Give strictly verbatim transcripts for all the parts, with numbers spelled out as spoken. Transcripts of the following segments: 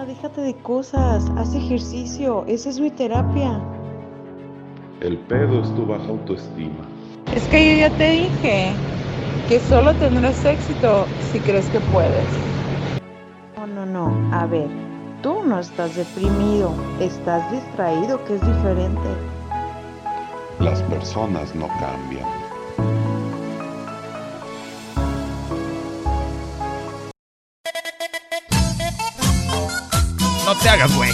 déjate de cosas, haz ejercicio, esa es mi terapia. El pedo es tu baja autoestima. Es que yo ya te dije que solo tendrás éxito si crees que puedes. No, no, no, a ver, tú no estás deprimido, estás distraído, que es diferente. Las personas no cambian. No te hagas, güey.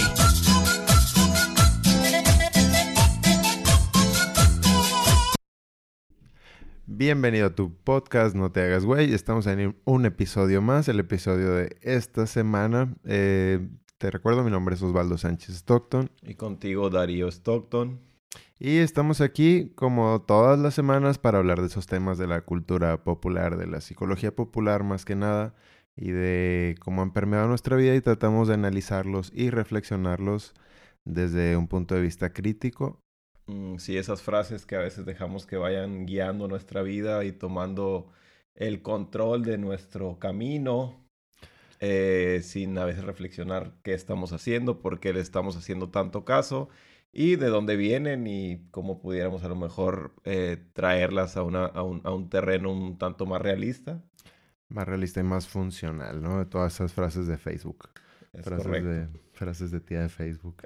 Bienvenido a tu podcast, No te hagas güey. Estamos en un episodio más, el episodio de esta semana. Eh, te recuerdo, mi nombre es Osvaldo Sánchez Stockton. Y contigo, Darío Stockton. Y estamos aquí como todas las semanas para hablar de esos temas de la cultura popular, de la psicología popular más que nada, y de cómo han permeado nuestra vida y tratamos de analizarlos y reflexionarlos desde un punto de vista crítico. Mm, sí, esas frases que a veces dejamos que vayan guiando nuestra vida y tomando el control de nuestro camino, eh, sin a veces reflexionar qué estamos haciendo, por qué le estamos haciendo tanto caso y de dónde vienen y cómo pudiéramos a lo mejor eh, traerlas a, una, a, un, a un terreno un tanto más realista. Más realista y más funcional, ¿no? De todas esas frases de Facebook. Es frases correcto. de Frases de tía de Facebook.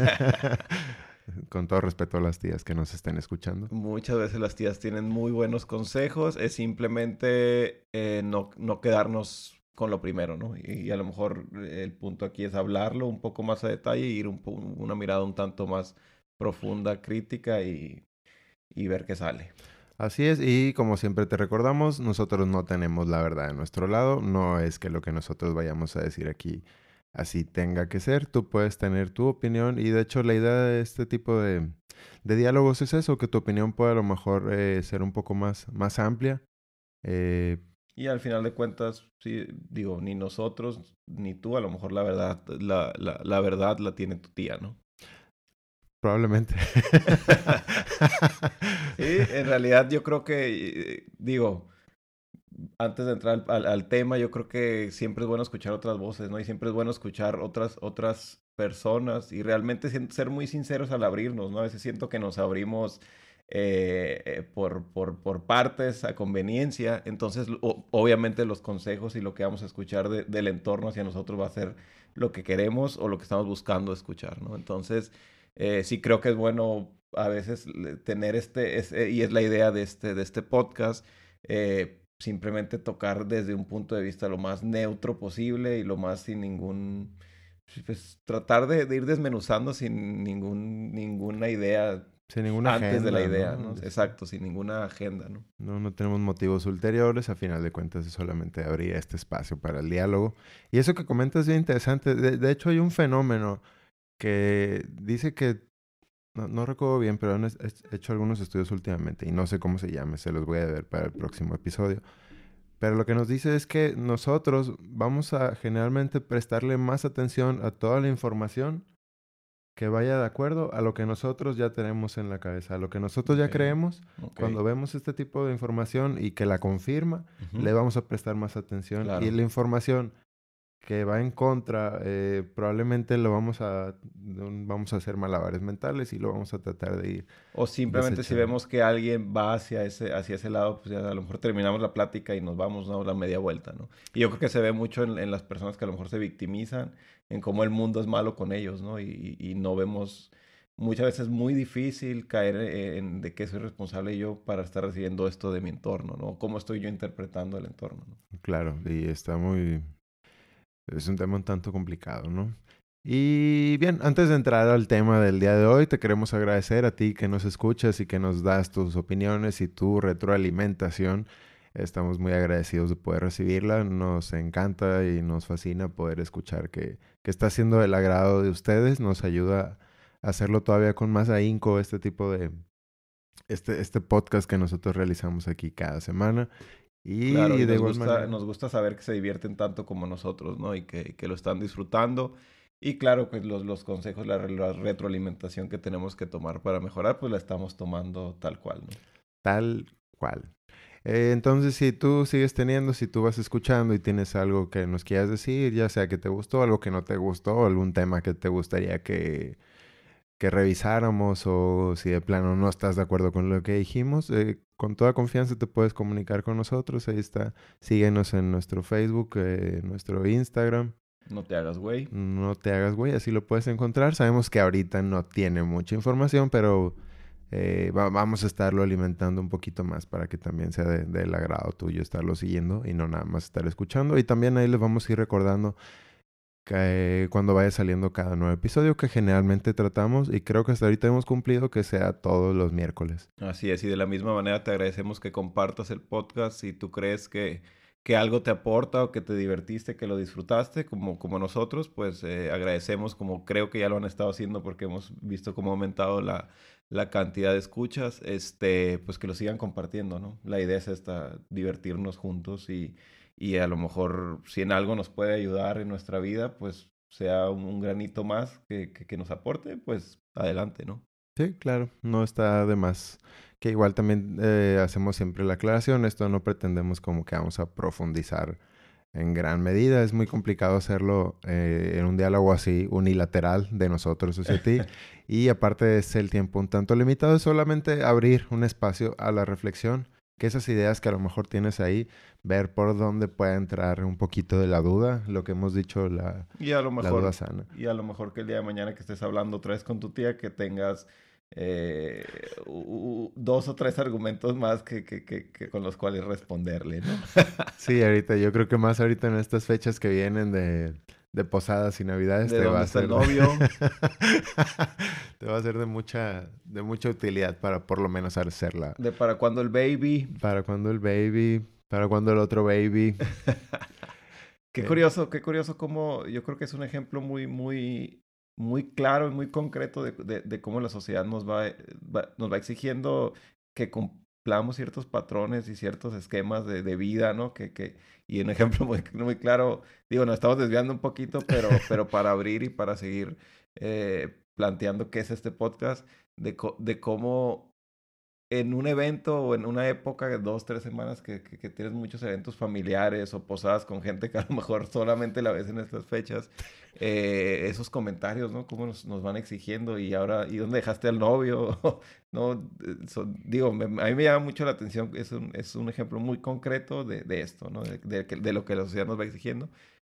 Con todo respeto a las tías que nos estén escuchando. Muchas veces las tías tienen muy buenos consejos. Es simplemente eh, no, no quedarnos con lo primero, ¿no? Y, y a lo mejor el punto aquí es hablarlo un poco más a detalle y ir un po- una mirada un tanto más profunda, crítica y, y ver qué sale. Así es, y como siempre te recordamos, nosotros no tenemos la verdad de nuestro lado. No es que lo que nosotros vayamos a decir aquí así tenga que ser. Tú puedes tener tu opinión y de hecho la idea de este tipo de, de diálogos es eso, que tu opinión pueda a lo mejor eh, ser un poco más, más amplia. Eh, Y al final de cuentas, sí, digo, ni nosotros ni tú, a lo mejor la verdad, la, la, la verdad la tiene tu tía, ¿no? probablemente. Sí, en realidad yo creo que, eh, digo, antes de entrar al, al- al tema, yo creo que siempre es bueno escuchar otras voces, ¿no? Y siempre es bueno escuchar otras, otras personas y realmente sin- ser muy sinceros al abrirnos, ¿no? A veces siento que nos abrimos eh, eh, por, por, por partes a conveniencia, entonces o- obviamente los consejos y lo que vamos a escuchar de- del entorno hacia nosotros va a ser lo que queremos o lo que estamos buscando escuchar, ¿no? Entonces, eh, sí creo que es bueno a veces le- tener este, es- eh, y es la idea de este, de este podcast, eh, simplemente tocar desde un punto de vista lo más neutro posible y lo más sin ningún, pues tratar de, de ir desmenuzando sin ningún, ninguna idea Sin ninguna antes de la agenda, idea, ¿no? ¿no? Es- Exacto, sin ninguna agenda, ¿no? No, no tenemos motivos ulteriores, a final de cuentas es solamente abrir este espacio para el diálogo. Y eso que comentas es bien interesante. De, de hecho, hay un fenómeno que dice que, no, no recuerdo bien, pero han es- es- hecho algunos estudios últimamente y no sé cómo se llame, se los voy a ver para el próximo episodio. Pero lo que nos dice es que nosotros vamos a generalmente prestarle más atención a toda la información que vaya de acuerdo a lo que nosotros ya tenemos en la cabeza, a lo que nosotros ya Ok, creemos. ok. Cuando vemos este tipo de información y que la confirma, Ujú. le vamos a prestar más atención. Claro. Y la información que va en contra, eh, probablemente lo vamos a, mm, vamos a hacer malabares mentales y lo vamos a tratar de ir. O simplemente si desechando. vemos que alguien va hacia ese, hacia ese lado, pues ya a lo mejor terminamos la plática y nos vamos, ¿no? La media vuelta, ¿no? Y yo creo que se ve mucho en, en las personas que a lo mejor se victimizan, en cómo el mundo es malo con ellos, ¿no? Y, y no vemos, muchas veces es muy difícil caer en de qué soy responsable yo para estar recibiendo esto de mi entorno, ¿no? ¿Cómo estoy yo interpretando el entorno, ¿no? Claro, y está muy... Es un tema un tanto complicado, ¿no? Y bien, antes de entrar al tema del día de hoy, te queremos agradecer a ti que nos escuchas y que nos das tus opiniones y tu retroalimentación. Estamos muy agradecidos de poder recibirla. Nos encanta y nos fascina poder escuchar que, que está siendo del agrado de ustedes. Nos ayuda a hacerlo todavía con más ahínco este tipo de... Este, este podcast que nosotros realizamos aquí cada semana. Y Claro, y de nos igual gusta, manera... nos gusta saber que se divierten tanto como nosotros, ¿no? Y que, que lo están disfrutando. Y claro, pues los, los consejos, la, re- la retroalimentación que tenemos que tomar para mejorar, pues la estamos tomando tal cual, ¿no? Tal cual. Eh, entonces, si tú sigues teniendo, si tú vas escuchando y tienes algo que nos quieras decir, ya sea que te gustó, algo que no te gustó, algún tema que te gustaría que, que revisáramos o si de plano no estás de acuerdo con lo que dijimos, eh, con toda confianza te puedes comunicar con nosotros. Ahí está. Síguenos en nuestro Facebook, eh, nuestro Instagram. No te hagas güey. No te hagas güey, así lo puedes encontrar. Sabemos que ahorita no tiene mucha información, pero... Eh, va, vamos a estarlo alimentando un poquito más para que también sea de, del agrado tuyo estarlo siguiendo y no nada más estar escuchando. Y también ahí les vamos a ir recordando que, eh, cuando vaya saliendo cada nuevo episodio que generalmente tratamos, y creo que hasta ahorita hemos cumplido, que sea todos los miércoles. Así es, y de la misma manera te agradecemos que compartas el podcast si tú crees que, que algo te aporta o que te divertiste, que lo disfrutaste, como, como nosotros, pues eh, agradecemos, como creo que ya lo han estado haciendo porque hemos visto cómo ha aumentado la... la cantidad de escuchas, este, pues que lo sigan compartiendo, ¿no? La idea es esta, divertirnos juntos y, y a lo mejor si en algo nos puede ayudar en nuestra vida, pues sea un, un granito más que, que, que nos aporte, pues adelante, ¿no? Sí, claro, no está de más. Que igual también eh, hacemos siempre la aclaración, esto no pretendemos como que vamos a profundizar en gran medida. Es muy complicado hacerlo eh, en un diálogo así unilateral de nosotros hacia ti. Y aparte es el tiempo un tanto limitado, es solamente abrir un espacio a la reflexión, que esas ideas que a lo mejor tienes ahí, ver por dónde puede entrar un poquito de la duda, lo que hemos dicho, la, y a lo mejor, la duda sana. Y a lo mejor que el día de mañana que estés hablando otra vez con tu tía, que tengas eh, uh, uh, dos o tres argumentos más que, que, que, que con los cuales responderle, ¿no? Sí, ahorita, yo creo que más ahorita en estas fechas que vienen de, de posadas y navidades, ¿De te va dónde a está ser el novio? te va a ser de mucha, de mucha utilidad para por lo menos hacerla. ¿De para cuándo el baby? Para cuando el baby, para cuando el otro baby. Qué Eh. curioso, qué curioso cómo yo creo que es un ejemplo muy, muy, muy claro y muy concreto de, de, de cómo la sociedad nos va, va, nos va exigiendo que cumplamos ciertos patrones y ciertos esquemas de, de vida, ¿no? Que, que, y un ejemplo muy, muy claro, digo, nos estamos desviando un poquito, pero, pero para abrir y para seguir eh, planteando qué es este podcast, de, co de cómo en un evento o en una época de dos, tres semanas que, que, que tienes muchos eventos familiares o posadas con gente que a lo mejor solamente la ves en estas fechas, eh, esos comentarios, ¿no? Cómo nos, nos van exigiendo y ahora, ¿y dónde dejaste al novio? No, so, digo, me, a mí me llama mucho la atención, es un, es un ejemplo muy concreto de, de esto, ¿no? De, de, de lo que la sociedad nos va exigiendo.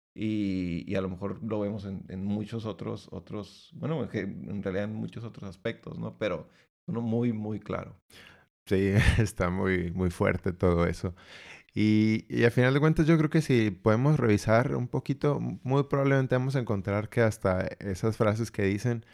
Y, y a lo mejor lo vemos en, en muchos otros, otros, bueno, en, en realidad en muchos otros aspectos, ¿no? Pero uno muy, muy claro. Sí, está muy, muy fuerte todo eso. Y, y al final de cuentas yo creo que si podemos revisar un poquito, muy probablemente vamos a encontrar que hasta esas frases que dicen,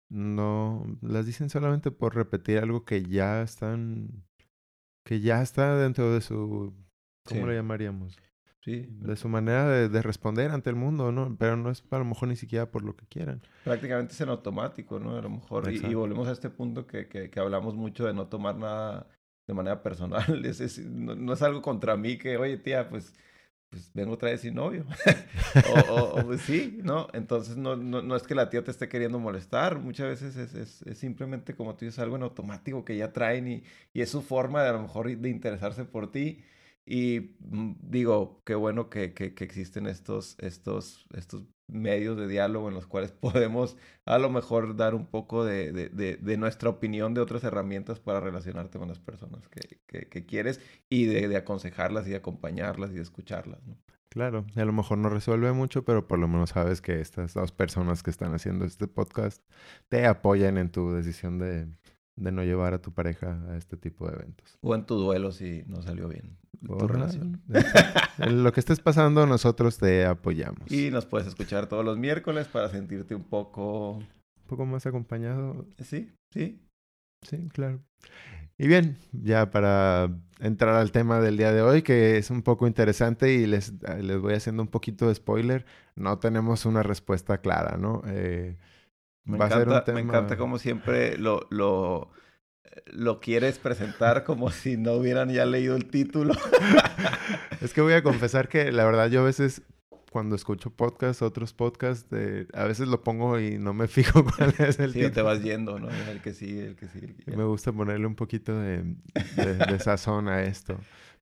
no las dicen solamente por repetir algo que ya están, que ya está dentro de su, ¿cómo Sí. le llamaríamos? Sí. De su manera de, de responder ante el mundo, ¿no? Pero no es a lo mejor ni siquiera por lo que quieran. Prácticamente es en automático, ¿no? A lo mejor. Y, y volvemos a este punto que, que, que hablamos mucho de no tomar nada de manera personal. Es, es, no, no es algo contra mí que, oye, tía, pues, pues vengo otra vez sin novio. o, o, o pues sí, ¿no? Entonces no, no, no es que la tía te esté queriendo molestar. Muchas veces es, es, es simplemente, como tú dices, algo en automático que ya traen y, y es su forma de a lo mejor de interesarse por ti. Y digo, qué bueno que, que, que existen estos, estos, estos medios de diálogo en los cuales podemos a lo mejor dar un poco de, de, de, de nuestra opinión de otras herramientas para relacionarte con las personas que, que, que quieres y de, de aconsejarlas y de acompañarlas y de escucharlas, ¿no? Claro, y a lo mejor no resuelve mucho, pero por lo menos sabes que estas dos personas que están haciendo este podcast te apoyan en tu decisión de, de no llevar a tu pareja a este tipo de eventos. O en tu duelo si no salió bien tu Ojalá. relación. En lo que estés pasando, nosotros te apoyamos. Y nos puedes escuchar todos los miércoles para sentirte un poco... Un poco más acompañado. Sí, sí. Sí, claro. Y bien, ya para entrar al tema del día de hoy, que es un poco interesante y les, les voy haciendo un poquito de spoiler, no tenemos una respuesta clara, ¿no? Eh, Me va encanta, a ser un tema... me encanta como siempre lo, lo, lo quieres presentar como si no hubieran ya leído el título. Es que voy a confesar que la verdad yo a veces cuando escucho podcasts, otros podcasts, eh, a veces lo pongo y no me fijo cuál es el Sí, título. te vas yendo, ¿no? El que sigue, el que sigue. El que... Me gusta ponerle un poquito de, de, de sazón a esto.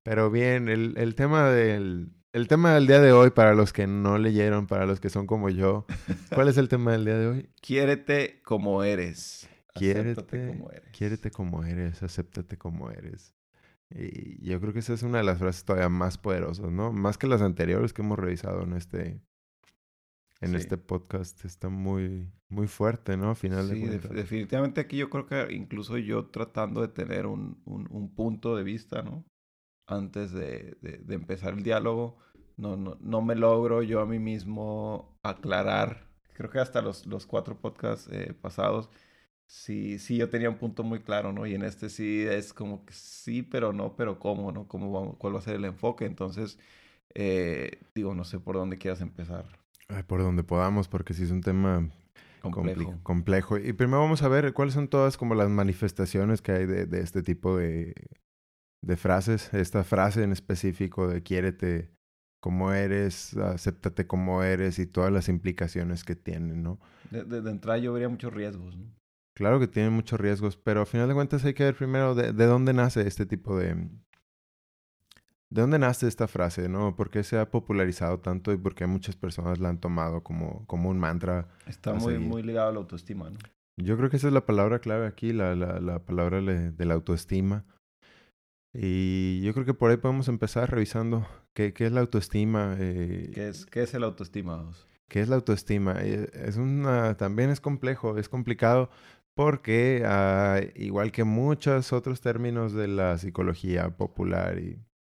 Pero bien, el, el tema del... El tema del día de hoy, para los que no leyeron, para los que son como yo, ¿cuál es el tema del día de hoy? Quiérete como eres. Quiérete, Acéptate como eres. quiérete como eres, acéptate como eres. Y yo creo que esa es una de las frases todavía más poderosas, ¿no? Más que las anteriores que hemos revisado en este, en Sí. este podcast. Está muy, muy fuerte, ¿no? A final de Sí, def- cuentas. definitivamente aquí yo creo que incluso yo tratando de tener un, un, un punto de vista, ¿no? Antes de, de, de empezar el diálogo, no, no, no me logro yo a mí mismo aclarar. Creo que hasta los, los cuatro podcasts eh, pasados, sí, sí yo tenía un punto muy claro, ¿no? Y en este sí es como que sí, pero no, pero ¿cómo, no? ¿Cómo vamos, cuál va a ser el enfoque? Entonces, eh, digo, no sé por dónde quieras empezar. Ay, por donde podamos, porque sí es un tema Complejo. compli- complejo. Y primero vamos a ver cuáles son todas como las manifestaciones que hay de, de este tipo de, de frases. Esta frase en específico de quiérete como eres, acéptate como eres y todas las implicaciones que tienen, ¿no? De, de, de entrada yo vería muchos riesgos, ¿no? Claro que tiene muchos riesgos, pero a final de cuentas hay que ver primero de, de dónde nace este tipo de... ¿De dónde nace esta frase, no? ¿Por qué se ha popularizado tanto y por qué muchas personas la han tomado como, como un mantra Está a muy, seguir? muy ligado a la autoestima, ¿no? Yo creo que esa es la palabra clave aquí, la, la, la palabra le- de la autoestima. Y yo creo que por ahí podemos empezar revisando qué, qué es la autoestima, eh, ¿Qué es, qué es el autoestima? Os? qué es la autoestima. Eh, Es una, también es complejo, es complicado porque ah, igual que muchos otros términos de la psicología popular y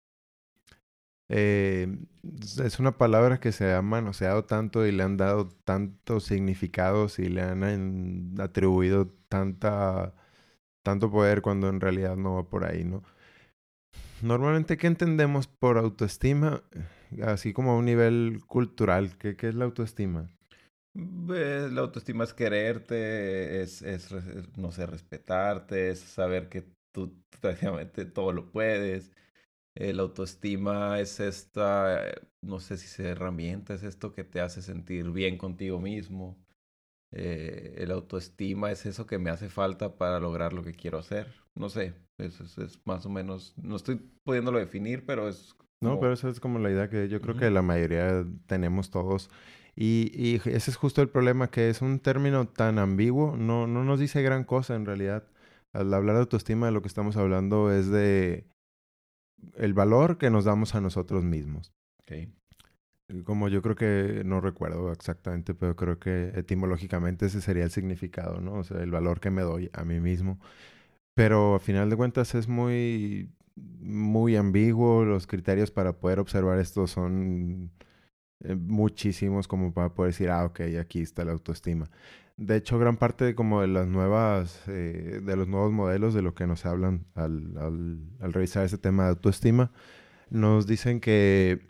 eh, es una palabra que se ha manoseado tanto y le han dado tantos significados y le han en- atribuido tanta, tanto poder cuando en realidad no va por ahí, ¿no? Normalmente, ¿qué entendemos por autoestima? Así como a un nivel cultural, ¿qué, qué es la autoestima? Ves, la autoestima es quererte, es, es, res- es, no sé, respetarte, es saber que tú prácticamente todo lo puedes. Eh, la autoestima es esta, eh, no sé si es herramienta, es esto que te hace sentir bien contigo mismo. Eh, el autoestima es eso que me hace falta para lograr lo que quiero hacer. No sé, eso es, es más o menos, no estoy pudiéndolo definir, pero es No, pero como... esa es como la idea que yo creo Ujú. que la mayoría tenemos todos. Y, y ese es justo el problema, que es un término tan ambiguo, no, no nos dice gran cosa en realidad. Al hablar de autoestima, de lo que estamos hablando es de el valor que nos damos a nosotros mismos. Ok. Como yo creo que, no recuerdo exactamente, pero creo que etimológicamente ese sería el significado, ¿no? O sea, el valor que me doy a mí mismo. Pero a final de cuentas es muy, muy ambiguo. Los criterios para poder observar esto son eh, muchísimos como para poder decir, ah, ok, aquí está la autoestima. De hecho, gran parte de como de las nuevas, eh, de los nuevos modelos de lo que nos hablan al, al, al revisar ese tema de autoestima, nos dicen que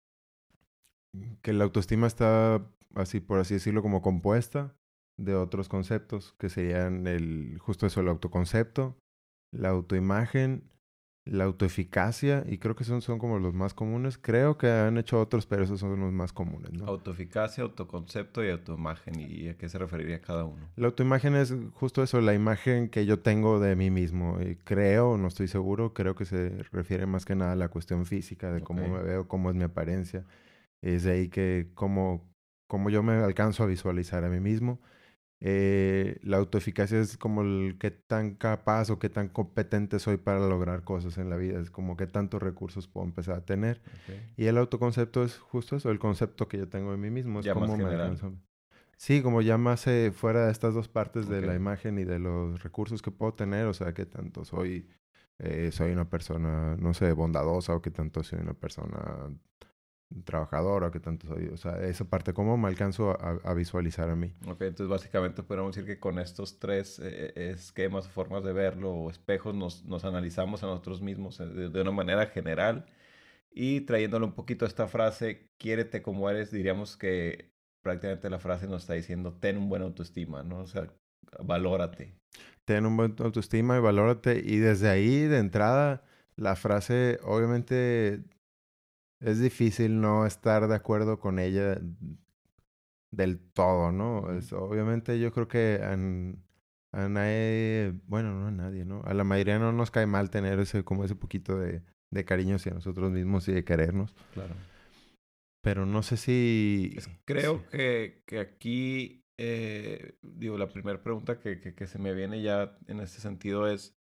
que la autoestima está, así por así decirlo, como compuesta de otros conceptos, que serían el, justo eso, el autoconcepto, la autoimagen, la autoeficacia, y creo que son, son como los más comunes. Creo que han hecho otros, pero esos son los más comunes, ¿no? Autoeficacia, autoconcepto y autoimagen. ¿Y a qué se referiría cada uno? La autoimagen es justo eso, la imagen que yo tengo de mí mismo. Y creo, no estoy seguro, creo que se refiere más que nada a la cuestión física, de cómo Ok. me veo, cómo es mi apariencia. Es de ahí que cómo, cómo yo me alcanzo a visualizar a mí mismo. Eh, la autoeficacia es como el qué tan capaz o qué tan competente soy para lograr cosas en la vida. Es como qué tantos recursos puedo empezar a tener. Ok. Y el autoconcepto es justo eso, el concepto que yo tengo de mí mismo. Es Ya más cómo me general. alcanzo. Sí, como ya más eh, fuera de estas dos partes de Ok. la imagen y de los recursos que puedo tener. O sea, qué tanto soy, eh, soy una persona, no sé, bondadosa o qué tanto soy una persona trabajadora, que tanto soy, o sea, esa parte, cómo me alcanzo a, a visualizar a mí. Ok, entonces básicamente podríamos decir que con estos tres eh, esquemas o formas de verlo o espejos nos, nos analizamos a nosotros mismos eh, de, de una manera general y trayéndolo un poquito a esta frase, quiérete como eres, diríamos que prácticamente la frase nos está diciendo ten un buen autoestima, ¿no? O sea, valórate. Ten un buen autoestima y valórate, y desde ahí, de entrada, la frase, obviamente, es difícil no estar de acuerdo con ella del todo, ¿no? Ujú. Es, obviamente yo creo que a, a nadie, bueno, no a nadie, ¿no? A la mayoría no nos cae mal tener ese, como ese poquito de, de cariño hacia nosotros mismos y de querernos. Claro. Pero no sé si... Es- creo sí. que, que aquí, eh, digo, la primera pregunta que, que, que se me viene ya en este sentido es,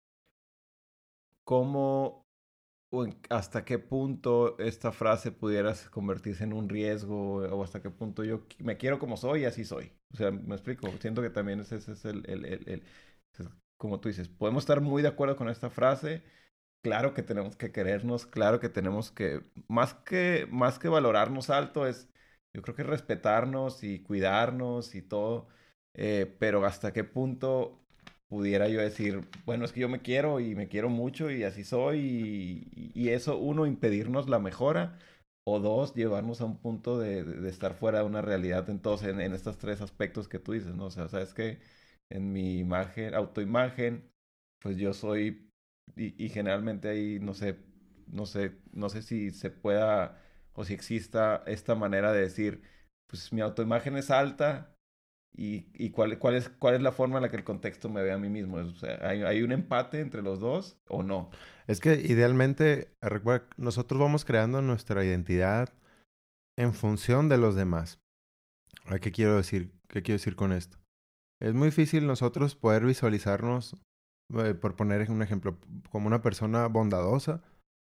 ¿cómo o en- hasta qué punto esta frase pudiera convertirse en un riesgo o hasta qué punto yo qui- me quiero como soy y así soy? O sea, me explico. Siento que también ese, ese es el, el, el, el- es como tú dices, podemos estar muy de acuerdo con esta frase. Claro que tenemos que querernos, claro que tenemos que, más que, más que valorarnos alto, es, yo creo que respetarnos y cuidarnos y todo, eh, pero hasta qué punto pudiera yo decir, bueno, es que yo me quiero y me quiero mucho y así soy y, y eso, uno, impedirnos la mejora, o dos, llevarnos a un punto de, de- de estar fuera de una realidad, entonces, en, en estos tres aspectos que tú dices, ¿no? O sea, sabes que en mi imagen, autoimagen, pues yo soy y, y generalmente ahí no sé, no sé, no sé si se pueda o si exista esta manera de decir, pues mi autoimagen es alta y, y cuál, cuál es, cuál es la forma en la que el contexto me ve a mí mismo. O sea, ¿hay, hay un empate entre los dos o no? Es que idealmente, recuerda, nosotros vamos creando nuestra identidad en función de los demás. ¿A ¿Qué quiero decir? ¿Qué quiero decir con esto? Es muy difícil nosotros poder visualizarnos, eh, por poner un ejemplo, como una persona bondadosa,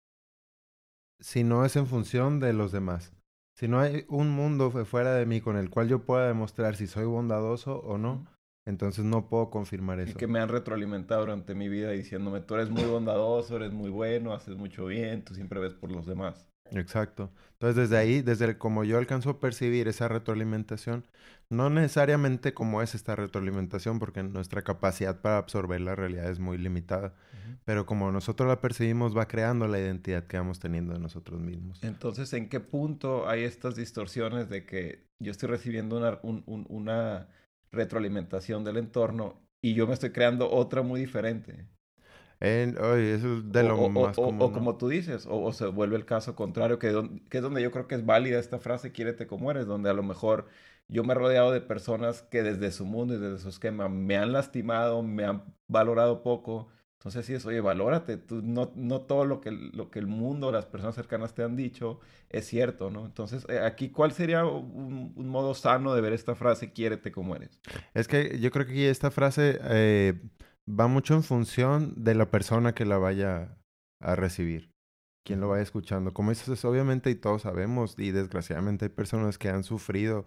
si no es en función de los demás. Si no hay un mundo fu- fuera de mí con el cual yo pueda demostrar si soy bondadoso o no, entonces no puedo confirmar Y eso. que me han retroalimentado durante mi vida diciéndome, tú eres muy bondadoso, eres muy bueno, haces mucho bien, tú siempre ves por los demás. Exacto. Entonces, desde ahí, desde el- como yo alcanzo a percibir esa retroalimentación, no necesariamente como es esta retroalimentación, porque nuestra capacidad para absorber la realidad es muy limitada, Ujú. pero como nosotros la percibimos, va creando la identidad que vamos teniendo de nosotros mismos. Entonces, ¿en qué punto hay estas distorsiones de que yo estoy recibiendo una, un- un- una retroalimentación del entorno y yo me estoy creando otra muy diferente? En- oye, eso es de O, lo o, o, más o, o común, ¿no? como tú dices, o, o se vuelve el caso contrario, que, don- que es donde yo creo que es válida esta frase, quiérete como eres, donde a lo mejor yo me he rodeado de personas que desde su mundo y desde su esquema me han lastimado, me han valorado poco. Entonces sí es, oye, valórate, tú, no, no todo lo que, el- lo que el mundo, las personas cercanas te han dicho es cierto, ¿no? Entonces, eh, aquí, ¿cuál sería un, un modo sano de ver esta frase, quiérete como eres? Es que yo creo que aquí esta frase eh, va mucho en función de la persona que la vaya a recibir, quien lo Ujú. vaya escuchando. Como dices, es obviamente y todos sabemos, y desgraciadamente hay personas que han sufrido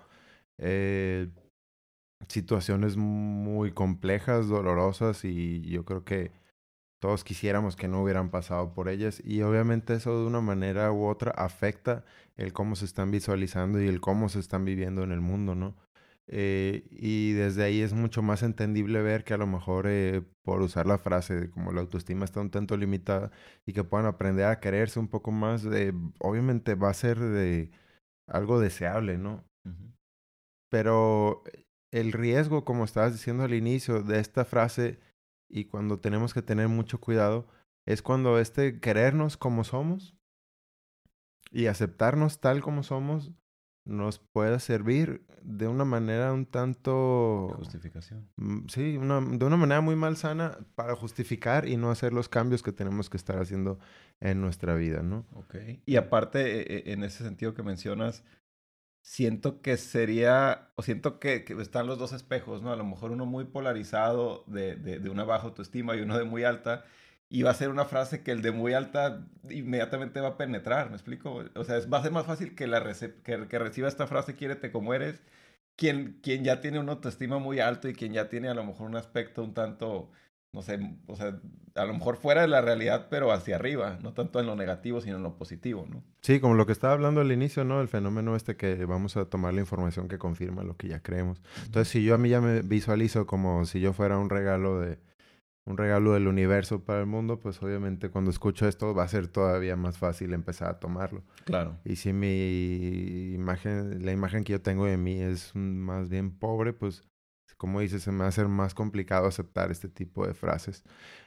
eh, situaciones muy complejas, dolorosas, y yo creo que todos quisiéramos que no hubieran pasado por ellas. Y obviamente eso de una manera u otra afecta el cómo se están visualizando y el cómo se están viviendo en el mundo, ¿no? Eh, y desde ahí es mucho más entendible ver que a lo mejor eh, por usar la frase de como la autoestima está un tanto limitada y que puedan aprender a quererse un poco más, eh, obviamente va a ser de algo deseable, ¿no? Ujú. Pero el riesgo, como estabas diciendo al inicio de esta frase, y cuando tenemos que tener mucho cuidado, es cuando este querernos como somos y aceptarnos tal como somos nos pueda servir de una manera un tanto, Justificación. mm, sí, una- de una manera muy malsana para justificar y no hacer los cambios que tenemos que estar haciendo en nuestra vida, ¿no? Ok. Y aparte, e- e- en ese sentido que mencionas, siento que sería, o siento que, que están los dos espejos, ¿no? A lo mejor uno muy polarizado de, de, de una baja autoestima y uno de muy alta, y va a ser una frase que el de muy alta inmediatamente va a penetrar, ¿me explico? O sea, es- va a ser más fácil que, la rece- que, que reciba esta frase, quiérete como eres, quien, quien ya tiene una autoestima muy alto y quien ya tiene a lo mejor un aspecto un tanto, no sé, o sea, a lo mejor fuera de la realidad, pero hacia arriba, no tanto en lo negativo, sino en lo positivo, ¿no? Sí, como lo que estaba hablando al inicio, ¿no? El fenómeno este que vamos a tomar la información que confirma lo que ya creemos. Entonces, si yo a mí ya me visualizo como si yo fuera un regalo de un regalo del universo para el mundo, pues obviamente cuando escucho esto va a ser todavía más fácil empezar a tomarlo. Claro. Y si mi imagen, la imagen que yo tengo de mí es mm, más bien pobre, pues como dices, se me va a hacer más complicado aceptar este tipo de frases.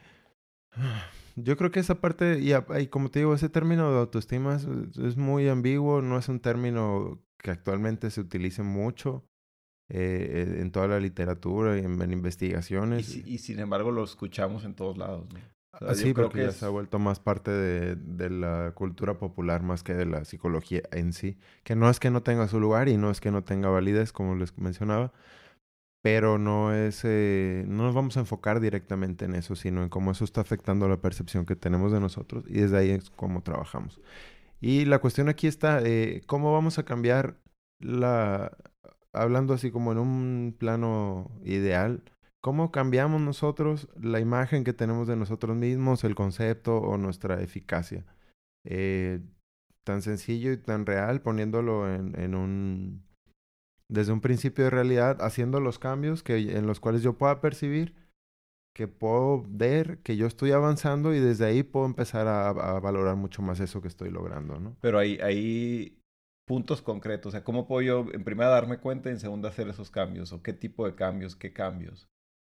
Yo creo que esa parte, y, a- y como te digo, ese término de autoestima es, es muy ambiguo, no es un término que actualmente se utilice mucho eh, en toda la literatura y en, en Y, investigaciones. si- y sin embargo lo escuchamos en todos lados, ¿no? O Ah, sea, yo sí, creo porque que ya se ha es... vuelto más parte de, de la cultura popular más que de la psicología en sí. Que no es que no tenga su lugar y no es que no tenga validez, como les mencionaba, pero no es, eh, no nos vamos a enfocar directamente en eso, sino en cómo eso está afectando la percepción que tenemos de nosotros y desde ahí es cómo trabajamos. Y la cuestión aquí está, eh, ¿cómo vamos a cambiar la, hablando así como en un plano ideal, cómo cambiamos nosotros la imagen que tenemos de nosotros mismos, el concepto o nuestra eficacia? Eh, Tan sencillo y tan real, poniéndolo en, en un, desde un principio de realidad, haciendo los cambios que, en los cuales yo pueda percibir, que puedo ver que yo estoy avanzando y desde ahí puedo empezar a, a valorar mucho más eso que estoy logrando, ¿no? Pero hay, hay puntos concretos. O sea, ¿cómo puedo yo en primera darme cuenta y en segunda hacer esos cambios? ¿O qué tipo de cambios? ¿Qué cambios?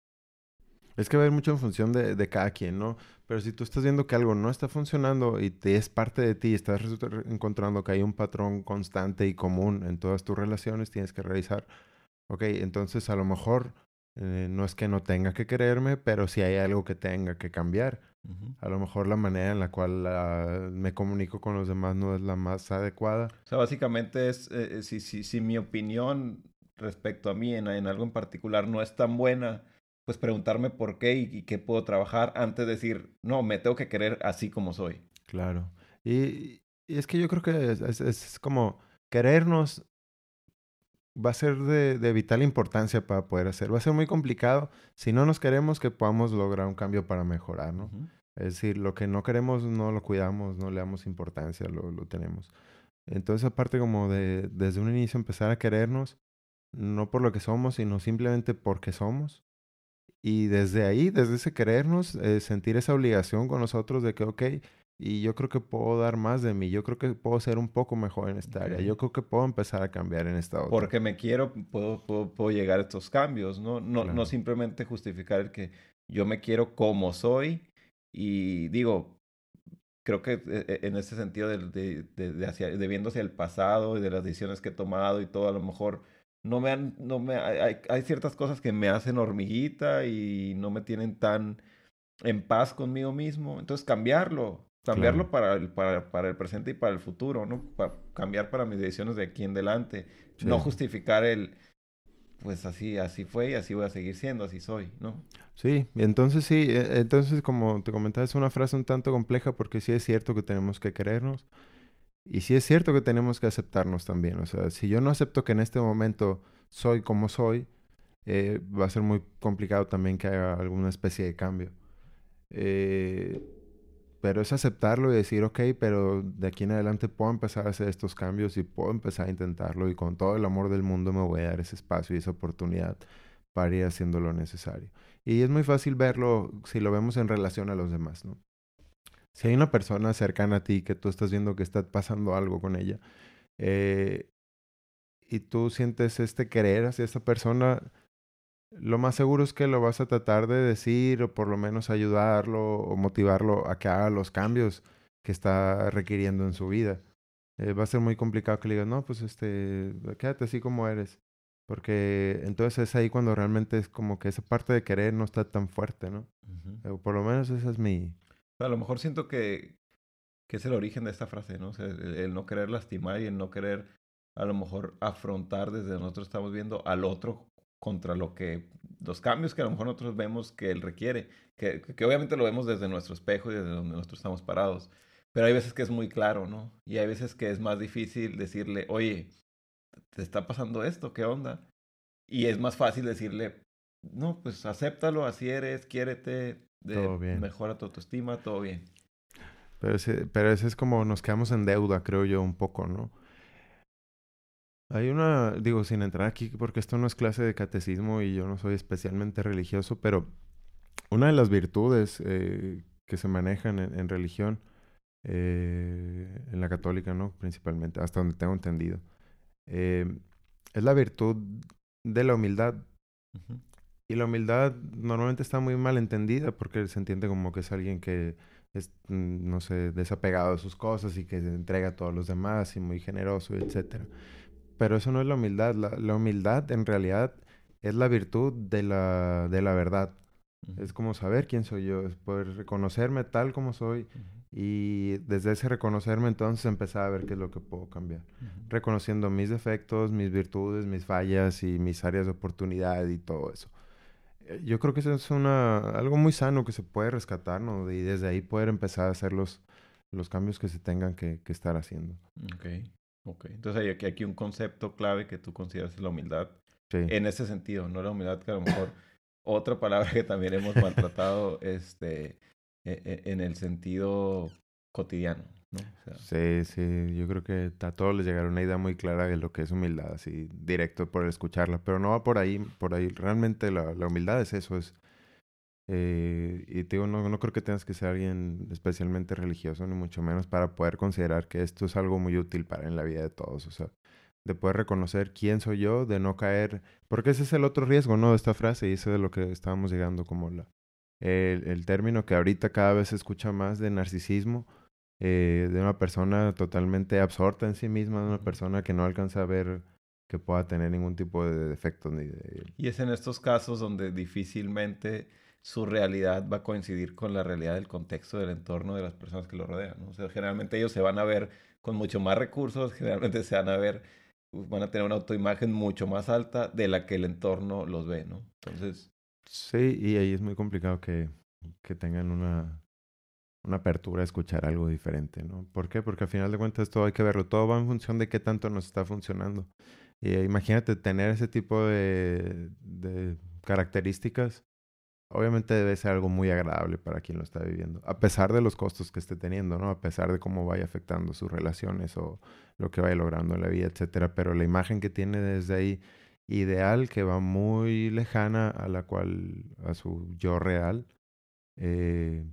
Es que va a haber mucho en función de, de cada quien, ¿no? Pero si tú estás viendo que algo no está funcionando y te es parte de ti, estás resu- encontrando que hay un patrón constante y común en todas tus relaciones, tienes que revisar, ok, entonces a lo mejor eh, no es que no tenga que quererme, pero si hay algo que tenga que cambiar. Ujú. A lo mejor la manera en la cual ah, me comunico con los demás no es la más adecuada. O sea, básicamente es, eh, eh, si, si, si mi opinión respecto a mí en, en algo en particular no es tan buena, pues preguntarme por qué y, y qué puedo trabajar antes de decir, no, me tengo que querer así como soy. Claro. Y, y es que yo creo que es, es- es como querernos va a ser de, de vital importancia para poder hacer. Va a ser muy complicado si no nos queremos que podamos lograr un cambio para mejorar, ¿no? Ujú. Es decir, lo que no queremos no lo cuidamos, no le damos importancia, lo, lo tenemos. Entonces, aparte como de desde un inicio empezar a querernos, no por lo que somos, sino simplemente porque somos. Y desde ahí, desde ese querernos, eh, sentir esa obligación con nosotros de que, ok, y yo creo que puedo dar más de mí, yo creo que puedo ser un poco mejor en esta área, Ok. yo creo que puedo empezar a cambiar en esta otra. Porque me quiero, puedo, puedo, puedo llegar a estos cambios, ¿no? No, no Claro. simplemente justificar el que yo me quiero como soy y digo, creo que eh, eh, en ese sentido de, de, de, de hacia, de viendo hacia el pasado y de las decisiones que he tomado y todo, a lo mejor no me han, no me, hay, hay hay ciertas cosas que me hacen hormiguita y no me tienen tan en paz conmigo mismo. Entonces cambiarlo, cambiarlo Claro. para el, para, para el presente y para el futuro, ¿no? Pa- cambiar para mis decisiones de aquí en adelante. No Sí. justificar el, pues así, así fue y así voy a seguir siendo, así soy, ¿no? Sí, y entonces sí, e- entonces como te comentaba, es una frase un tanto compleja porque sí es cierto que tenemos que querernos y sí es cierto que tenemos que aceptarnos también. O sea, si yo no acepto que en este momento soy como soy, eh, va a ser muy complicado también que haga alguna especie de cambio. Eh, pero es aceptarlo y decir, ok, pero de aquí en adelante puedo empezar a hacer estos cambios y puedo empezar a intentarlo y con todo el amor del mundo me voy a dar ese espacio y esa oportunidad para ir haciendo lo necesario. Y es muy fácil verlo si lo vemos en relación a los demás, ¿no? Si hay una persona cercana a ti que tú estás viendo que está pasando algo con ella eh, y tú sientes este querer hacia esta persona, lo más seguro es que lo vas a tratar de decir o por lo menos ayudarlo o motivarlo a que haga los cambios que está requiriendo en su vida. Eh, va a ser muy complicado que le digas, no, pues este, quédate así como eres. Porque entonces es ahí cuando realmente es como que esa parte de querer no está tan fuerte, ¿no? Ujú. O por lo menos esa es mi... A lo mejor siento que, que es el origen de esta frase, ¿no? O sea, el, el no querer lastimar y el no querer a lo mejor afrontar desde donde nosotros estamos viendo al otro contra lo que, los cambios que a lo mejor nosotros vemos que él requiere, que, que obviamente lo vemos desde nuestro espejo y desde donde nosotros estamos parados, pero hay veces que es muy claro, ¿no? Y hay veces que es más difícil decirle, oye, ¿te está pasando esto? ¿Qué onda? Y es más fácil decirle, no, pues acéptalo, así eres, quiérete, Todo de, bien. mejora tu autoestima, todo bien. Pero ese, pero ese es como nos quedamos en deuda, creo yo, un poco, ¿no? Hay una, digo, sin entrar aquí, porque esto no es clase de catecismo y yo no soy especialmente religioso, pero una de las virtudes eh, que se manejan en, en religión, eh, en la católica, ¿no? Principalmente, hasta donde tengo entendido, eh, es la virtud de la humildad. Ujú. Y la humildad normalmente está muy mal entendida porque se entiende como que es alguien que es, mm, no sé, desapegado de sus cosas y que se entrega a todos los demás y muy generoso, etcétera. Pero eso no es la humildad. La, la humildad en realidad es la virtud de la, de la verdad. Ujú. Es como saber quién soy yo, es poder reconocerme tal como soy Ujú. y desde ese reconocerme entonces empezar a ver qué es lo que puedo cambiar. Ujú. Reconociendo mis defectos, mis virtudes, mis fallas y mis áreas de oportunidad y todo eso. Eh, Yo creo que eso es una, algo muy sano que se puede rescatar, ¿no? Y desde ahí poder empezar a hacer los, los cambios que se tengan que, que estar haciendo. Ok, ok. Entonces hay aquí, aquí un concepto clave que tú consideras es la humildad. Sí, En ese sentido, no la humildad que a lo mejor otra palabra que también hemos maltratado este, e- e- en el sentido cotidiano, ¿no? O sea, sí, sí. Yo creo que a todos les llegará una idea muy clara de lo que es humildad, así directo por escucharla. Pero no va por ahí, por ahí. Realmente la, la humildad es eso, es... eh, y te digo, no, no creo que tengas que ser alguien especialmente religioso, ni mucho menos, para poder considerar que esto es algo muy útil para en la vida de todos. O sea, de poder reconocer quién soy yo, de no caer... Porque ese es el otro riesgo, ¿no? De esta frase, y ese es de lo que estábamos llegando como la... El, el término que ahorita cada vez se escucha más de narcisismo, eh, de una persona totalmente absorta en sí misma, de una ujú. persona que no alcanza a ver que pueda tener ningún tipo de defectos ni de... Y es en estos casos donde difícilmente su realidad va a coincidir con la realidad del contexto del entorno de las personas que lo rodean, ¿no? O sea, generalmente ellos se van a ver con mucho más recursos, generalmente se van a ver, pues, van a tener una autoimagen mucho más alta de la que el entorno los ve, ¿no? Entonces, Sí, y ahí es muy complicado que, que tengan una, una apertura a escuchar algo diferente, ¿no? ¿Por qué? Porque al final de cuentas todo hay que verlo, todo va en función de qué tanto nos está funcionando. Y eh, imagínate tener ese tipo de, de características. Obviamente debe ser algo muy agradable para quien lo está viviendo, a pesar de los costos que esté teniendo, ¿no? A pesar de cómo vaya afectando sus relaciones o lo que vaya logrando en la vida, etcétera. Pero la imagen que tiene desde ahí, ideal, que va muy lejana a la cual, a su yo real, eh,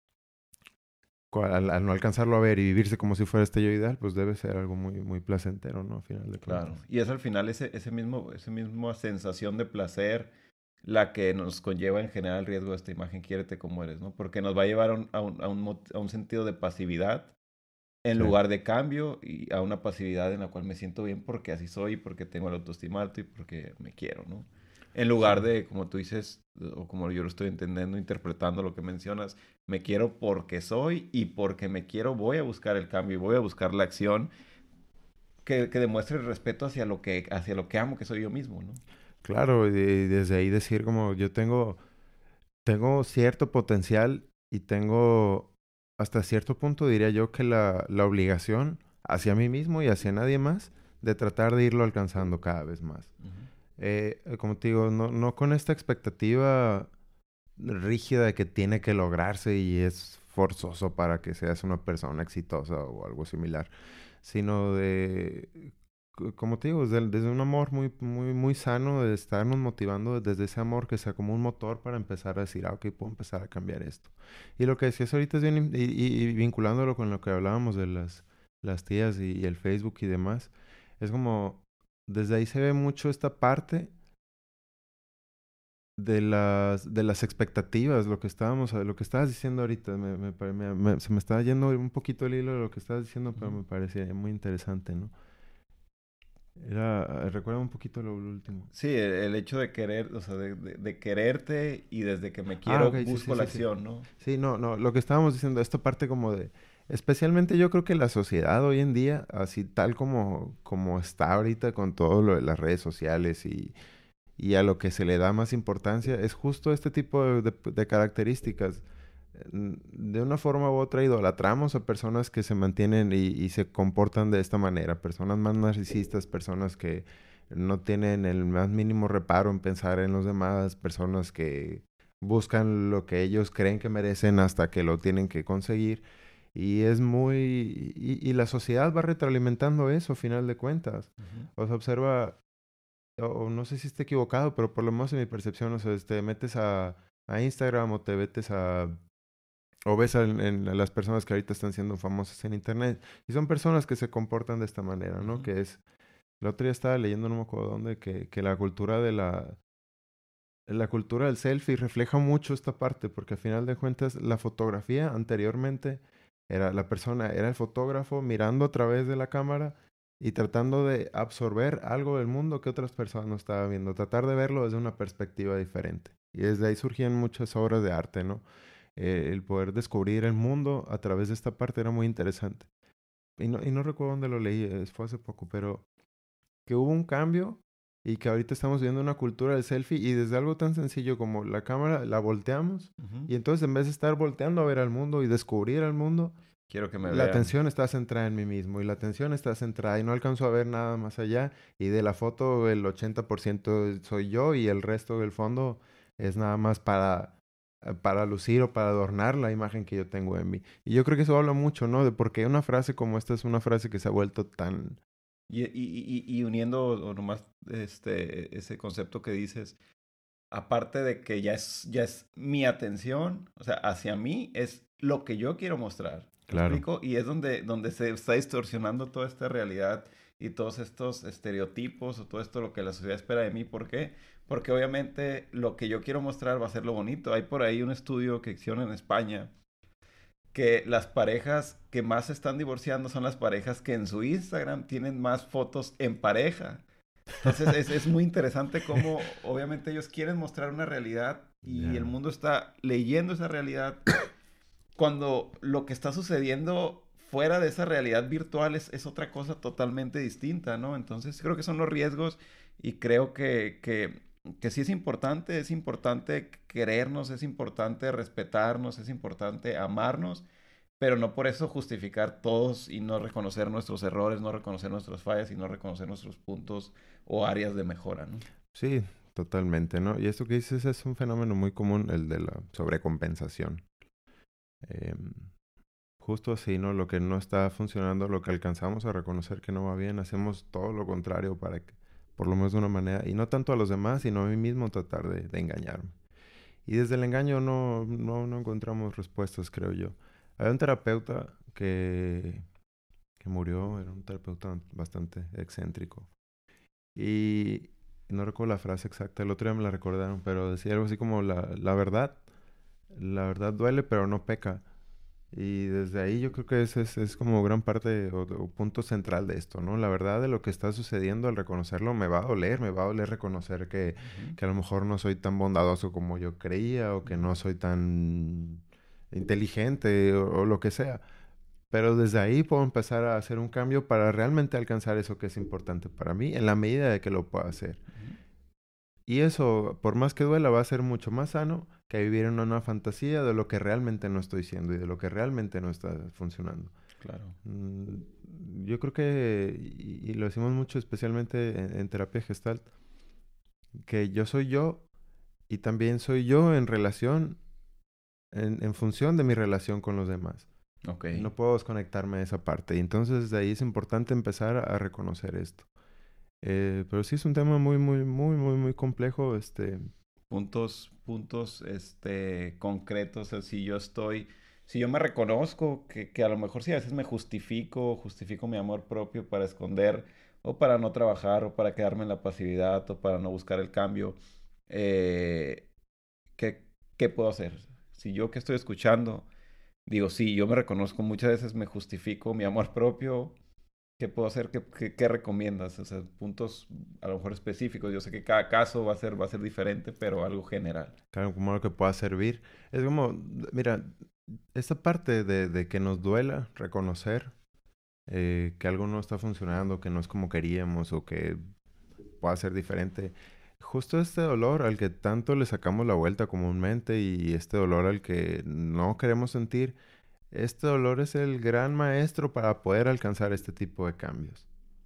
cual- al, al no alcanzarlo a ver y vivirse como si fuera este yo ideal, pues debe ser algo muy, muy placentero, ¿no? A final de claro. cuentas. Y es al final ese, ese mismo, esa misma sensación de placer la que nos conlleva en general el riesgo de esta imagen, quiérete como eres, ¿no? Porque nos va a llevar a un, a un, a un, mot- a un sentido de pasividad en Sí, lugar de cambio y a una pasividad en la cual me siento bien porque así soy, porque tengo la autoestima alta y porque me quiero, ¿no? En sí. lugar de, como tú dices, o como yo lo estoy entendiendo, interpretando lo que mencionas, me quiero porque soy y porque me quiero voy a buscar el cambio y voy a buscar la acción que, que demuestre el respeto hacia lo que, hacia lo que amo, que soy yo mismo, ¿no? Claro, y, y desde ahí decir como yo tengo, tengo cierto potencial y tengo hasta cierto punto, diría yo, que la, la obligación hacia mí mismo y hacia nadie más de tratar de irlo alcanzando cada vez más. Ujú. Eh, eh, como te digo, no, no con esta expectativa rígida de que tiene que lograrse y es forzoso para que seas una persona exitosa o algo similar, sino de, c- como te digo, desde, desde un amor muy, muy, muy sano, de estarnos motivando desde ese amor que sea como un motor para empezar a decir, ah, ok, puedo empezar a cambiar esto. Y lo que decías ahorita es bien, im- y, y- y vinculándolo con lo que hablábamos de las, las tías y, y el Facebook y demás, es como, desde ahí se ve mucho esta parte de las, de las expectativas, lo que estábamos, lo que estabas diciendo ahorita, me, me pare- me- me- se me estaba yendo un poquito el hilo de lo que estabas diciendo, pero Ujú. me parecía muy interesante, ¿no? Era, eh, recuerda un poquito lo, lo último. Sí, el, el hecho de querer, o sea, de, de- de quererte y desde que me Ah, quiero ok, sí, busco sí, la sí, sí. acción, ¿no? Sí, no, no, lo que estábamos diciendo, esta parte como de, especialmente yo creo que la sociedad hoy en día, así tal como, como está ahorita con todo lo de las redes sociales y, y a lo que se le da más importancia, es justo este tipo de, de- de características. Mm, De una forma u otra idolatramos a personas que se mantienen y, y se comportan de esta manera, personas más narcisistas, personas que no tienen el más mínimo reparo en pensar en los demás, personas que buscan lo que ellos creen que merecen hasta que lo tienen que conseguir. Y es muy... Y, y la sociedad va retroalimentando eso, a final de cuentas. Ujú. O sea, observa, o, o no sé si esté equivocado, pero por lo menos en mi percepción, o sea, te metes a, a Instagram o te metes a o ves en, en las personas que ahorita están siendo famosas en internet. Y son personas que se comportan de esta manera, ¿no? Ujú. Que es... El otro día estaba leyendo, no me acuerdo dónde, que, que la cultura de la... La cultura del selfie refleja mucho esta parte, porque al final de cuentas la fotografía anteriormente era la persona, era el fotógrafo mirando a través de la cámara y tratando de absorber algo del mundo que otras personas no estaban viendo, tratar de verlo desde una perspectiva diferente. Y desde ahí surgían muchas obras de arte, ¿no? Eh, el poder descubrir el mundo a través de esta parte era muy interesante. Y no, y no recuerdo dónde lo leí, eh, fue hace poco, pero que hubo un cambio y que ahorita estamos viendo una cultura del selfie y desde algo tan sencillo como la cámara la volteamos Ujú. y entonces en vez de estar volteando a ver al mundo y descubrir al mundo, Quiero que me la vean. atención está centrada en mí mismo y la atención está centrada y no alcanzo a ver nada más allá y de la foto el ochenta por ciento soy yo y el resto del fondo es nada más para, eh, para lucir o para adornar la imagen que yo tengo de mí. Y yo creo que eso habla mucho, ¿no? De por qué una frase como esta es una frase que se ha vuelto tan... Y, y, y, y uniendo o nomás este, ese concepto que dices, aparte de que ya es, ya es mi atención, o sea, hacia mí es lo que yo quiero mostrar. ¿Me Claro. explico? Y es donde, donde se está distorsionando toda esta realidad y todos estos estereotipos o todo esto lo que la sociedad espera de mí. ¿Por qué? Porque obviamente lo que yo quiero mostrar va a ser lo bonito. Hay por ahí un estudio que hicieron en España que las parejas que más se están divorciando son las parejas que en su Instagram tienen más fotos en pareja. Entonces es, es muy interesante cómo obviamente ellos quieren mostrar una realidad y Ya. el mundo está leyendo esa realidad cuando lo que está sucediendo fuera de esa realidad virtual es, es otra cosa totalmente distinta, ¿no? Entonces creo que son los riesgos y creo que, que, que sí es importante, es importante querernos, es importante respetarnos, es importante amarnos, pero no por eso justificar todos y no reconocer nuestros errores, no reconocer nuestras fallas y no reconocer nuestros puntos o áreas de mejora, ¿no? Sí, totalmente, ¿no? Y esto que dices es un fenómeno muy común, el de la sobrecompensación. Em, justo así, ¿no? Lo que no está funcionando, lo que alcanzamos a reconocer que no va bien, hacemos todo lo contrario para que, por lo menos de una manera, y no tanto a los demás, sino a mí mismo tratar de, de engañarme. Y desde el engaño no, no, no encontramos respuestas, creo yo. Había un terapeuta que, que murió, era un terapeuta bastante excéntrico. Y no recuerdo la frase exacta, el otro día me la recordaron, pero decía algo así como la, la verdad, la verdad duele, pero no peca. Y desde ahí yo creo que ese es, es como gran parte o, o punto central de esto, ¿no? La verdad de lo que está sucediendo al reconocerlo me va a doler, me va a doler reconocer que, Ujú. que a lo mejor no soy tan bondadoso como yo creía o que no soy tan inteligente o, o lo que sea. Pero desde ahí puedo empezar a hacer un cambio para realmente alcanzar eso que es importante para mí en la medida de que lo pueda hacer. Ujú. Y eso, por más que duela, va a ser mucho más sano que vivir en una fantasía de lo que realmente no estoy siendo y de lo que realmente no está funcionando. Claro. Mm, yo creo que, y, y lo decimos mucho, especialmente en, en terapia Gestalt, que yo soy yo y también soy yo en relación, en, en función de mi relación con los demás. Ok. No puedo desconectarme de esa parte. Y entonces de ahí es importante empezar a, a reconocer esto. Eh, pero sí es un tema muy, muy, muy, muy, muy complejo. Este, Puntos, puntos, este, concretos. O sea, si yo estoy, si yo me reconozco que, que a lo mejor sí a veces me justifico, justifico mi amor propio para esconder o para no trabajar o para quedarme en la pasividad o para no buscar el cambio, eh, ¿qué, qué puedo hacer? Si yo que estoy escuchando, digo, sí, yo me reconozco, muchas veces me justifico mi amor propio. ¿Qué puedo hacer? ¿Qué, qué, qué recomiendas? O sea, puntos a lo mejor específicos. Yo sé que cada caso va a ser, va a ser diferente, pero algo general. claro, como lo que pueda servir. Es como, mira, esta parte de, de que nos duela reconocer eh, que algo no está funcionando, que no es como queríamos o que pueda ser diferente. Justo este dolor al que tanto le sacamos la vuelta comúnmente y este dolor al que no queremos sentir, este dolor es el gran maestro para poder alcanzar este tipo de cambios.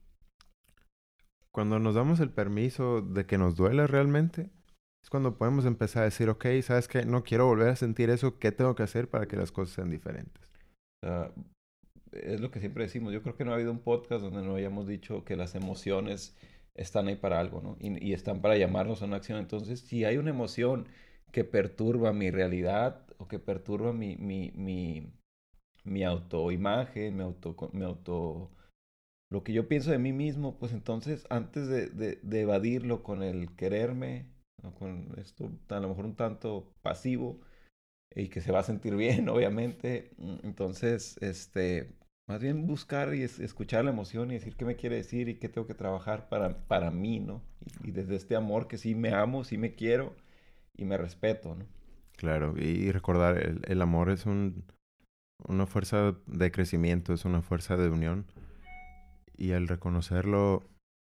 Cuando nos damos el permiso de que nos duele realmente, es cuando podemos empezar a decir, ok, ¿sabes qué? No quiero volver a sentir eso, ¿qué tengo que hacer para que las cosas sean diferentes? O sea, es lo que siempre decimos. Yo creo que no ha habido un podcast donde no hayamos dicho que las emociones están ahí para algo, ¿no? Y, y están para llamarnos a una acción. Entonces, si hay una emoción que perturba mi realidad o que perturba mi, mi, mi, mi autoimagen, mi auto, mi auto, lo que yo pienso de mí mismo, pues entonces antes de, de, de evadirlo con el quererme, o con esto a lo mejor un tanto pasivo y que se va a sentir bien, obviamente, mm, entonces, este, Más bien buscar y es- escuchar la emoción y decir qué me quiere decir y qué tengo que trabajar para, para mí, ¿no? Y, y desde este amor que sí me amo, sí me quiero y me respeto, ¿no? Claro, y recordar, el, el amor es un, una fuerza de crecimiento, es una fuerza de unión. Y al reconocerlo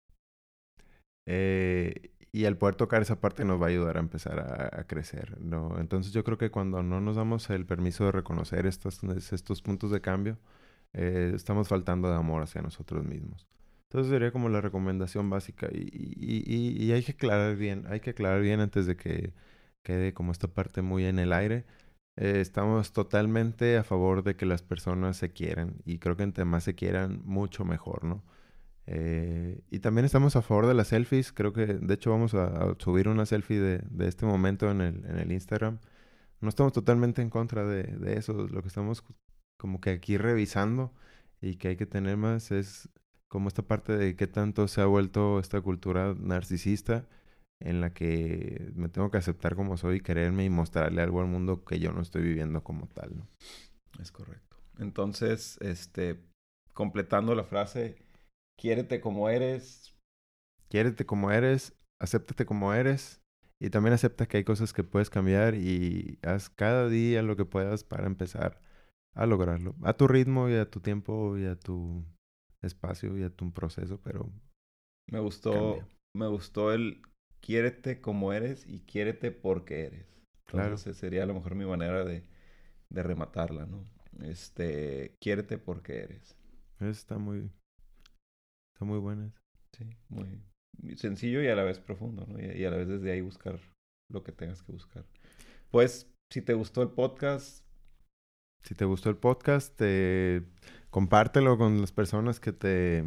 eh, y al poder tocar esa parte nos va a ayudar a empezar a, a crecer, ¿no? Entonces yo creo que cuando no nos damos el permiso de reconocer estos, estos puntos de cambio, eh, estamos faltando de amor hacia nosotros mismos. Entonces sería como la recomendación básica y, y, y, y hay que aclarar bien, hay que aclarar bien antes de que quede como esta parte muy en el aire. Eh, estamos totalmente a favor de que las personas se quieran y creo que entre más se quieran, mucho mejor, ¿no? Eh, y también estamos a favor de las selfies. Creo que, de hecho, vamos a, a subir una selfie de, de este momento en el, en el Instagram. No estamos totalmente en contra de, de eso. Lo que estamos como que aquí revisando y que hay que tener más es como esta parte de qué tanto se ha vuelto esta cultura narcisista en la que me tengo que aceptar como soy, quererme y mostrarle algo al mundo que yo no estoy viviendo como tal, ¿no? Es correcto. Entonces, este, completando la frase, quiérete como eres. Quiérete como eres, acéptate como eres y también acepta que hay cosas que puedes cambiar y haz cada día lo que puedas para empezar a lograrlo. A tu ritmo y a tu tiempo y a tu espacio y a tu proceso, pero Me gustó, cambia. me gustó el quiérete como eres y quiérete porque eres. Claro. Entonces, esa sería a lo mejor mi manera de, de rematarla, ¿no? Este, quiérete porque eres. Está muy, está muy buena. Sí, muy sencillo y a la vez profundo, ¿no? Y, y a la vez desde ahí buscar lo que tengas que buscar. Pues, si te gustó el podcast, Si te gustó el podcast, eh, compártelo con las personas que te...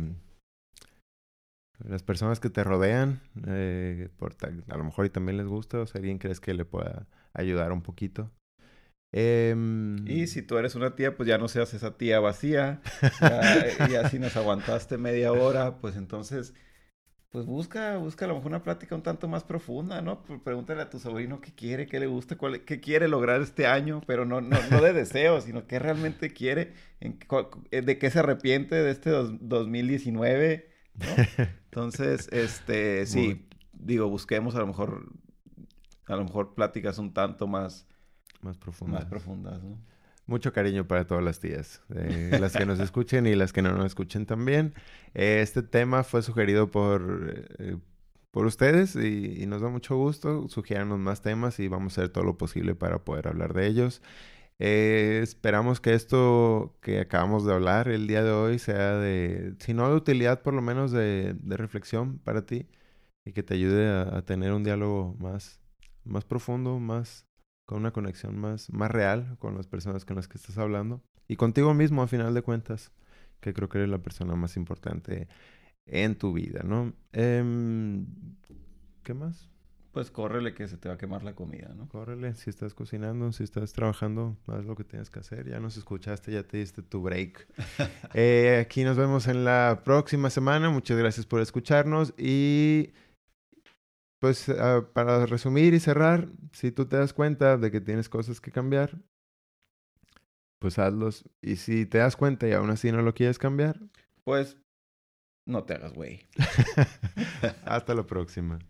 Las personas que te rodean, eh, por tal- a lo mejor y también les gusta, o si alguien crees que le pueda ayudar un poquito. Em, y si tú eres una tía, pues ya no seas esa tía vacía. Ya, y así nos aguantaste media hora, pues entonces, pues busca, busca a lo mejor una plática un tanto más profunda, ¿no? P- Pregúntale a tu sobrino qué quiere, qué le gusta, cuál, qué quiere lograr este año, pero no, no, no de deseos, sino qué realmente quiere, en, cu- eh, de qué se arrepiente de este dos- 2019, ¿no? Entonces, este, sí, Muy- digo, busquemos a lo mejor, a lo mejor pláticas un tanto más, más profundas. más profundas, ¿no? Mucho cariño para todas las tías, eh, las que nos escuchen y las que no nos escuchen también. Eh, este tema fue sugerido por, eh, por ustedes y, y nos da mucho gusto. Sugiéranos más temas y vamos a hacer todo lo posible para poder hablar de ellos. Eh, esperamos que esto que acabamos de hablar el día de hoy sea de, si no de utilidad, por lo menos de, de reflexión para ti y que te ayude a, a tener un diálogo más, más profundo, más con una conexión más, más real con las personas con las que estás hablando y contigo mismo a final de cuentas, que creo que eres la persona más importante en tu vida, ¿no? Em, ¿qué más? Pues córrele que se te va a quemar la comida, ¿no? Córrele, si estás cocinando, si estás trabajando, haz lo que tienes que hacer. Ya nos escuchaste, ya te diste tu break. Eh, aquí nos vemos en la próxima semana. Muchas gracias por escucharnos y pues uh, para resumir y cerrar, si tú te das cuenta de que tienes cosas que cambiar, pues hazlos. Y si te das cuenta y aún así no lo quieres cambiar, pues no te hagas güey. hasta la próxima.